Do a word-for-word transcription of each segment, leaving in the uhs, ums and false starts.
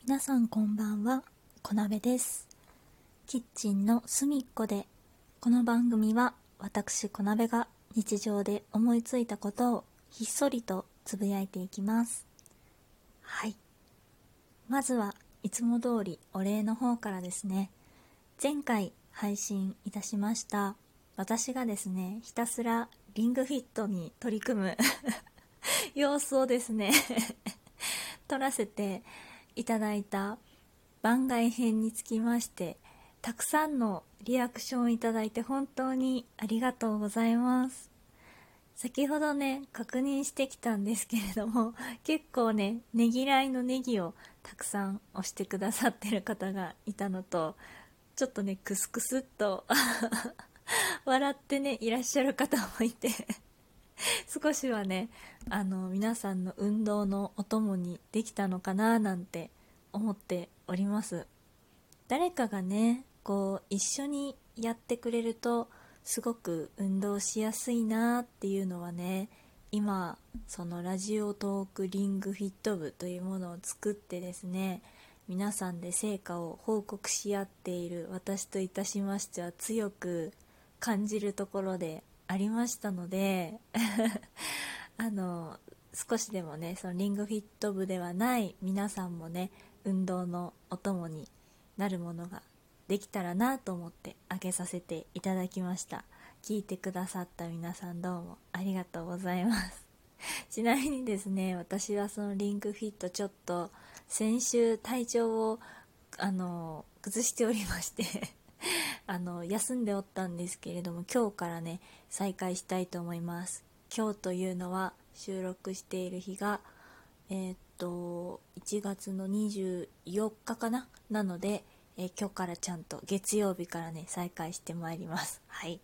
皆さんこんばんは、こなべです。キッチンの隅っこで、この番組は私こなべが日常で思いついたことをひっそりとつぶやいていきます。はい。まずはいつも通りお礼の方からですね。前回配信いたしました私がですね、ひたすらリングフィットに取り組む様子をですね撮らせていただいた番外編につきまして、たくさんのリアクションをいただいて本当にありがとうございます。先ほどね確認してきたんですけれども、結構ねねぎらいのネギをたくさん押してくださってる方がいたのと、ちょっとねクスクスっと笑ってねいらっしゃる方もいて少しはねあの皆さんの運動のお供にできたのかななんて思っております。誰かがねこう一緒にやってくれるとすごく運動しやすいなっていうのはね、今そのラジオトークリングフィット部というものを作ってですね、皆さんで成果を報告し合っている私といたしましては強く感じるところでありましたのであの少しでもねそのリングフィット部ではない皆さんもね運動のお供になるものができたらなと思ってあげさせていただきました。聞いてくださった皆さんどうもありがとうございますちなみにですね、私はそのリングフィットちょっと先週体調をあの崩しておりましてあの休んでおったんですけれども、今日からね再開したいと思います。今日というのは収録している日がえー、っといちがつのにじゅうよっかかななので、えー今日からちゃんと月曜日からね再開してまいります。はい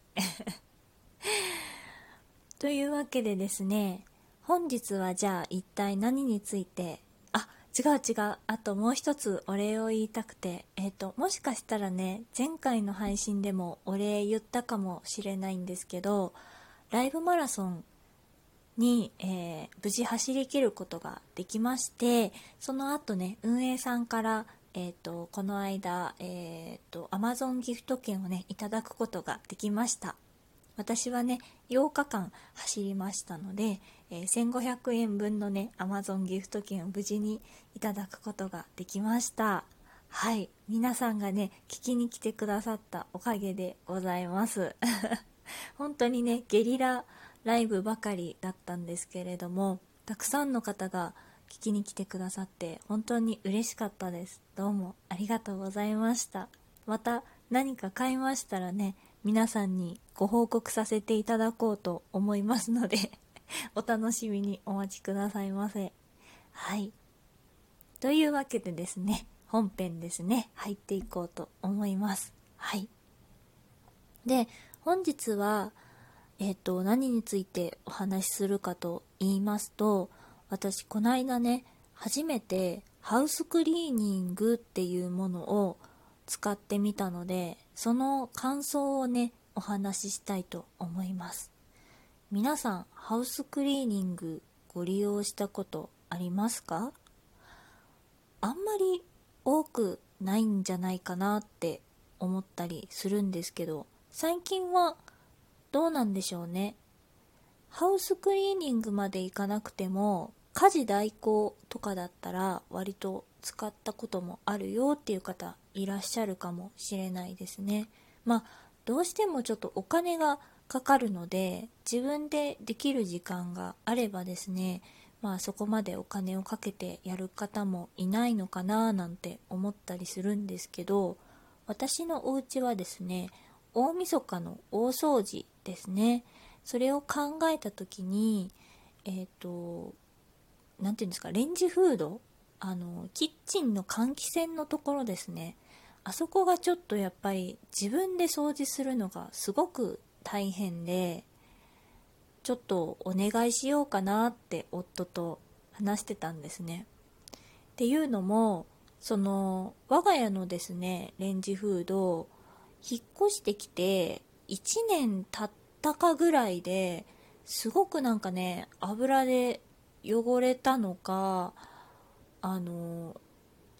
というわけでですね、本日はじゃあ一体何について、あ、違う違う、あともう一つお礼を言いたくて、えっと、もしかしたらね、前回の配信でもお礼言ったかもしれないんですけど、ライブマラソンに、えー無事走り切ることができまして、その後ね、運営さんから、えっと、この間、えっと、Amazon ギフト券をね、いただくことができました。私はねようかかん走りましたので、えーせんごひゃくえんぶんのね Amazon ギフト券を無事にいただくことができました。はい、皆さんがね聞きに来てくださったおかげでございます本当にねゲリラライブばかりだったんですけれども、たくさんの方が聞きに来てくださって本当に嬉しかったです。どうもありがとうございました。また何か買いましたらね皆さんにご報告させていただこうと思いますのでお楽しみにお待ちくださいませ。はい、というわけでですね、本編ですね入っていこうと思います。はい、で本日はえっと何についてお話しするかと言いますと、私この間ね初めてハウスクリーニングっていうものを使ってみたので、その感想をねお話ししたいと思います。皆さんハウスクリーニングご利用したことありますか？あんまり多くないんじゃないかなって思ったりするんですけど、最近はどうなんでしょうね。ハウスクリーニングまでいかなくても家事代行とかだったら割と使ったこともあるよっていう方いらっしゃるかもしれないですね。まあどうしてもちょっとお金がかかるので、自分でできる時間があればですね、まあそこまでお金をかけてやる方もいないのかななんて思ったりするんですけど、私のお家はですね、大晦日の大掃除ですね。それを考えた時に、えっと、なんていうんですか、レンジフード、あの、キッチンの換気扇のところですね。あそこがちょっとやっぱり自分で掃除するのがすごく大変で、ちょっとお願いしようかなって夫と話してたんですね。っていうのも、その我が家のですねレンジフード引っ越してきていちねん経ったかぐらいですごくなんかね油で汚れたのか、あの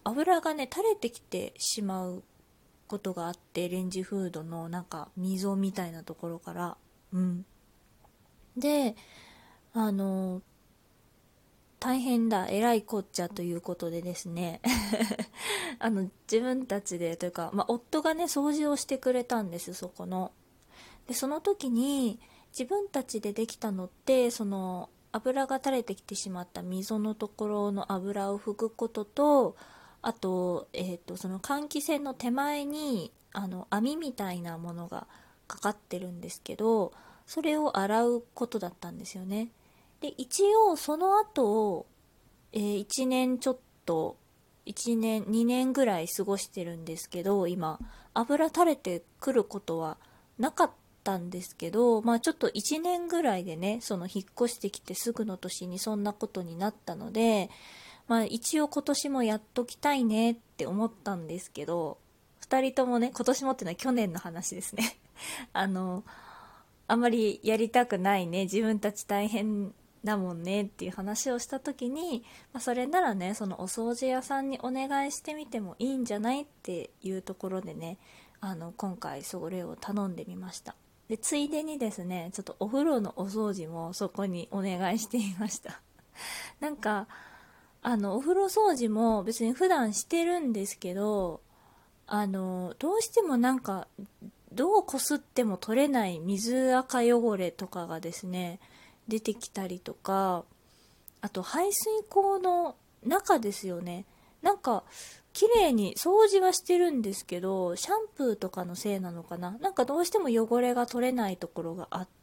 油がね垂れてきてしまうことがあって、レンジフードのなんか溝みたいなところから、うんであの大変だ、えらいこっちゃということでですねあの自分たちでというか、まあ、夫がね掃除をしてくれたんです、そこの。でその時に自分たちでできたのって、その油が垂れてきてしまった溝のところの油を拭くことと、あと、えーと、その換気扇の手前にあの網みたいなものがかかってるんですけど、それを洗うことだったんですよね。で一応その後、えー、いちねんちょっといちねんにねんぐらい過ごしてるんですけど、今油垂れてくることはなかったんですけど、まあちょっといちねんぐらいでね、その引っ越してきてすぐの年にそんなことになったので、まあ一応今年もやっときたいねって思ったんですけど、ふたりともね、今年もっていうのは去年の話ですねあのあんまりやりたくないね、自分たち大変だもんねっていう話をした時に、まあ、それならね、そのお掃除屋さんにお願いしてみてもいいんじゃないっていうところでね、あの今回それを頼んでみました。でついでにですね、ちょっとお風呂のお掃除もそこにお願いしてみましたなんかあのお風呂掃除も別に普段してるんですけど、あのどうしてもなんかどうこすっても取れない水垢汚れとかがですね出てきたりとか、あと排水口の中ですよね、なんか綺麗に掃除はしてるんですけど、シャンプーとかのせいなのかな、なんかどうしても汚れが取れないところがあって、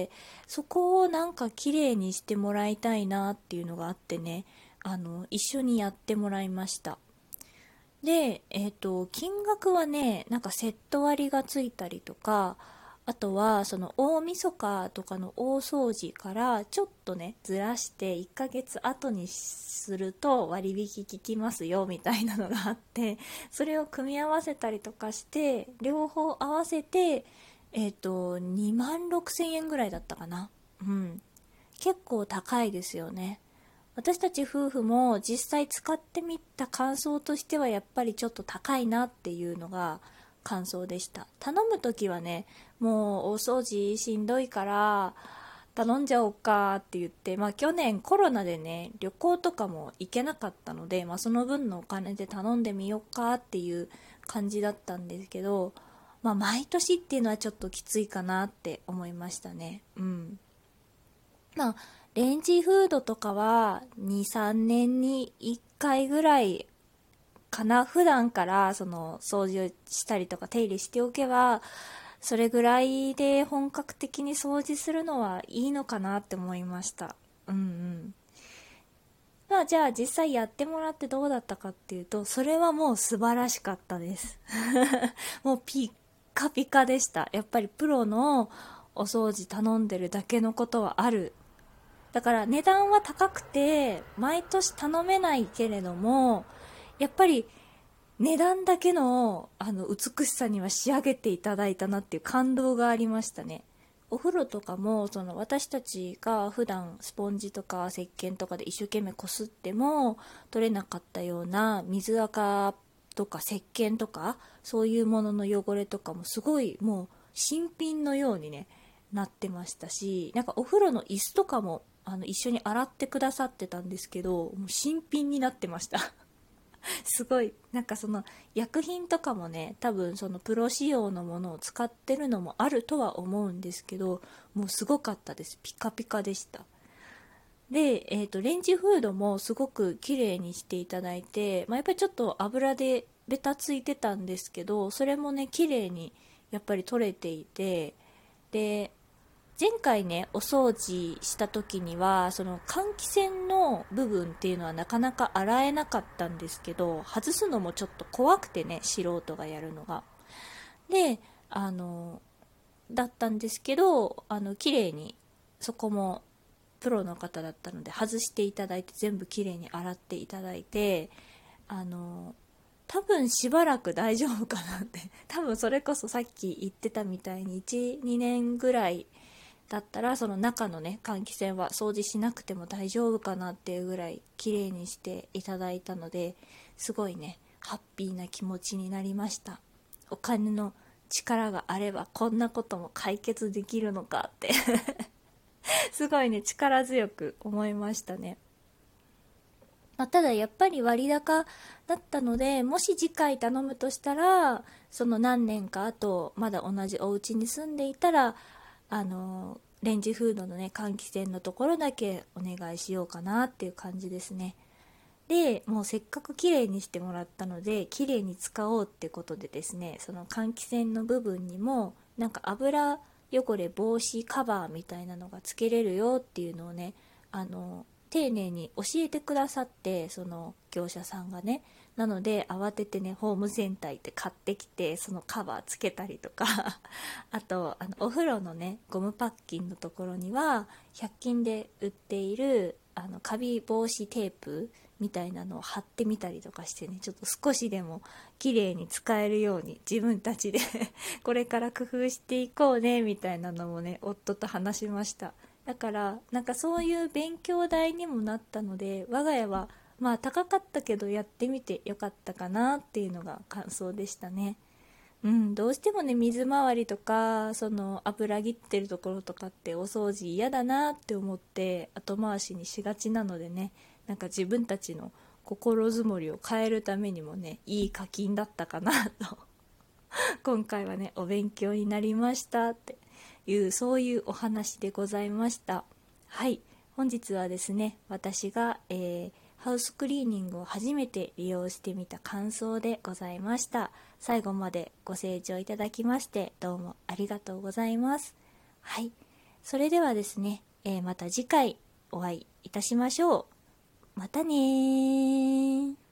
そこをなんか綺麗にしてもらいたいなっていうのがあってね、あの一緒にやってもらいました。で、えっと、金額はね、なんかセット割がついたりとか、あとはその大晦日とかの大掃除からちょっとねずらしていっかげつごにすると割引効きますよみたいなのがあって、それを組み合わせたりとかして両方合わせて、えっとにまんろくせんえんぐらいだったかな。うん、結構高いですよね。私たち夫婦も実際使ってみた感想としてはやっぱりちょっと高いなっていうのが感想でした。頼むときはね、もう大掃除しんどいから頼んじゃおうかって言って、まあ去年コロナでね旅行とかも行けなかったので、まあ、その分のお金で頼んでみようかっていう感じだったんですけど、まあ毎年っていうのはちょっときついかなって思いましたね。うん。まあレンジフードとかはに、さんねんにいっかいぐらいかな。普段からその掃除をしたりとか手入れしておけば、それぐらいで本格的に掃除するのはいいのかなって思いました。うんうん。まあじゃあ実際やってもらってどうだったかっていうと、それはもう素晴らしかったですもうピッカピカでした。やっぱりプロのお掃除頼んでるだけのことはある。だから値段は高くて毎年頼めないけれども、やっぱり値段だけのあの美しさには仕上げていただいたなっていう感動がありましたね。お風呂とかもその私たちが普段スポンジとか石鹸とかで一生懸命こすっても取れなかったような水垢とか石鹸とかそういうものの汚れとかもすごいもう新品のようにねなってましたし、なんかお風呂の椅子とかもあの一緒に洗ってくださってたんですけど、もう新品になってましたすごいなんかその薬品とかもね多分そのプロ仕様のものを使ってるのもあるとは思うんですけど、もうすごかったです。ピカピカでした。で、えーと、レンジフードもすごく綺麗にしていただいて、まあ、やっぱりちょっと油でベタついてたんですけど、それもね綺麗にやっぱり取れていて、で前回ねお掃除した時にはその換気扇の部分っていうのはなかなか洗えなかったんですけど、外すのもちょっと怖くてね、素人がやるのが。であのだったんですけど、あの綺麗にそこもプロの方だったので外していただいて全部綺麗に洗っていただいて、あの多分しばらく大丈夫かなって多分それこそさっき言ってたみたいにいち、にねんぐらいだったらその中のね換気扇は掃除しなくても大丈夫かなっていうぐらい綺麗にしていただいたので、すごいねハッピーな気持ちになりました。お金の力があればこんなことも解決できるのかってすごいね、力強く思いましたね。まあ、ただやっぱり割高だったので、もし次回頼むとしたら、その何年か後まだ同じお家に住んでいたら、あのレンジフードのね換気扇のところだけお願いしようかなっていう感じですね。でもうせっかく綺麗にしてもらったので綺麗に使おうってことでですね、その換気扇の部分にもなんか油汚れ防止カバーみたいなのがつけれるよっていうのをね、あの丁寧に教えてくださって、その業者さんがね。なので慌ててねホームセンター行って買ってきて、そのカバーつけたりとかあとあのお風呂のねゴムパッキンのところにはひゃく均で売っているあのカビ防止テープみたいなのを貼ってみたりとかしてね、ちょっと少しでも綺麗に使えるように自分たちでこれから工夫していこうねみたいなのもね夫と話しました。だからなんかそういう勉強代にもなったので、我が家はまあ高かったけどやってみてよかったかなっていうのが感想でしたね。うん、どうしてもね水回りとかその油切ってるところとかってお掃除嫌だなって思って後回しにしがちなのでね、なんか自分たちの心づもりを変えるためにもねいい課金だったかなと今回はねお勉強になりましたっていうそういうお話でございました。はい、本日はですね私が、えーハウスクリーニングを初めて利用してみた感想でございました。最後までご清聴いただきましてどうもありがとうございます。はい、それではですね、えーまた次回お会いいたしましょう。またねー。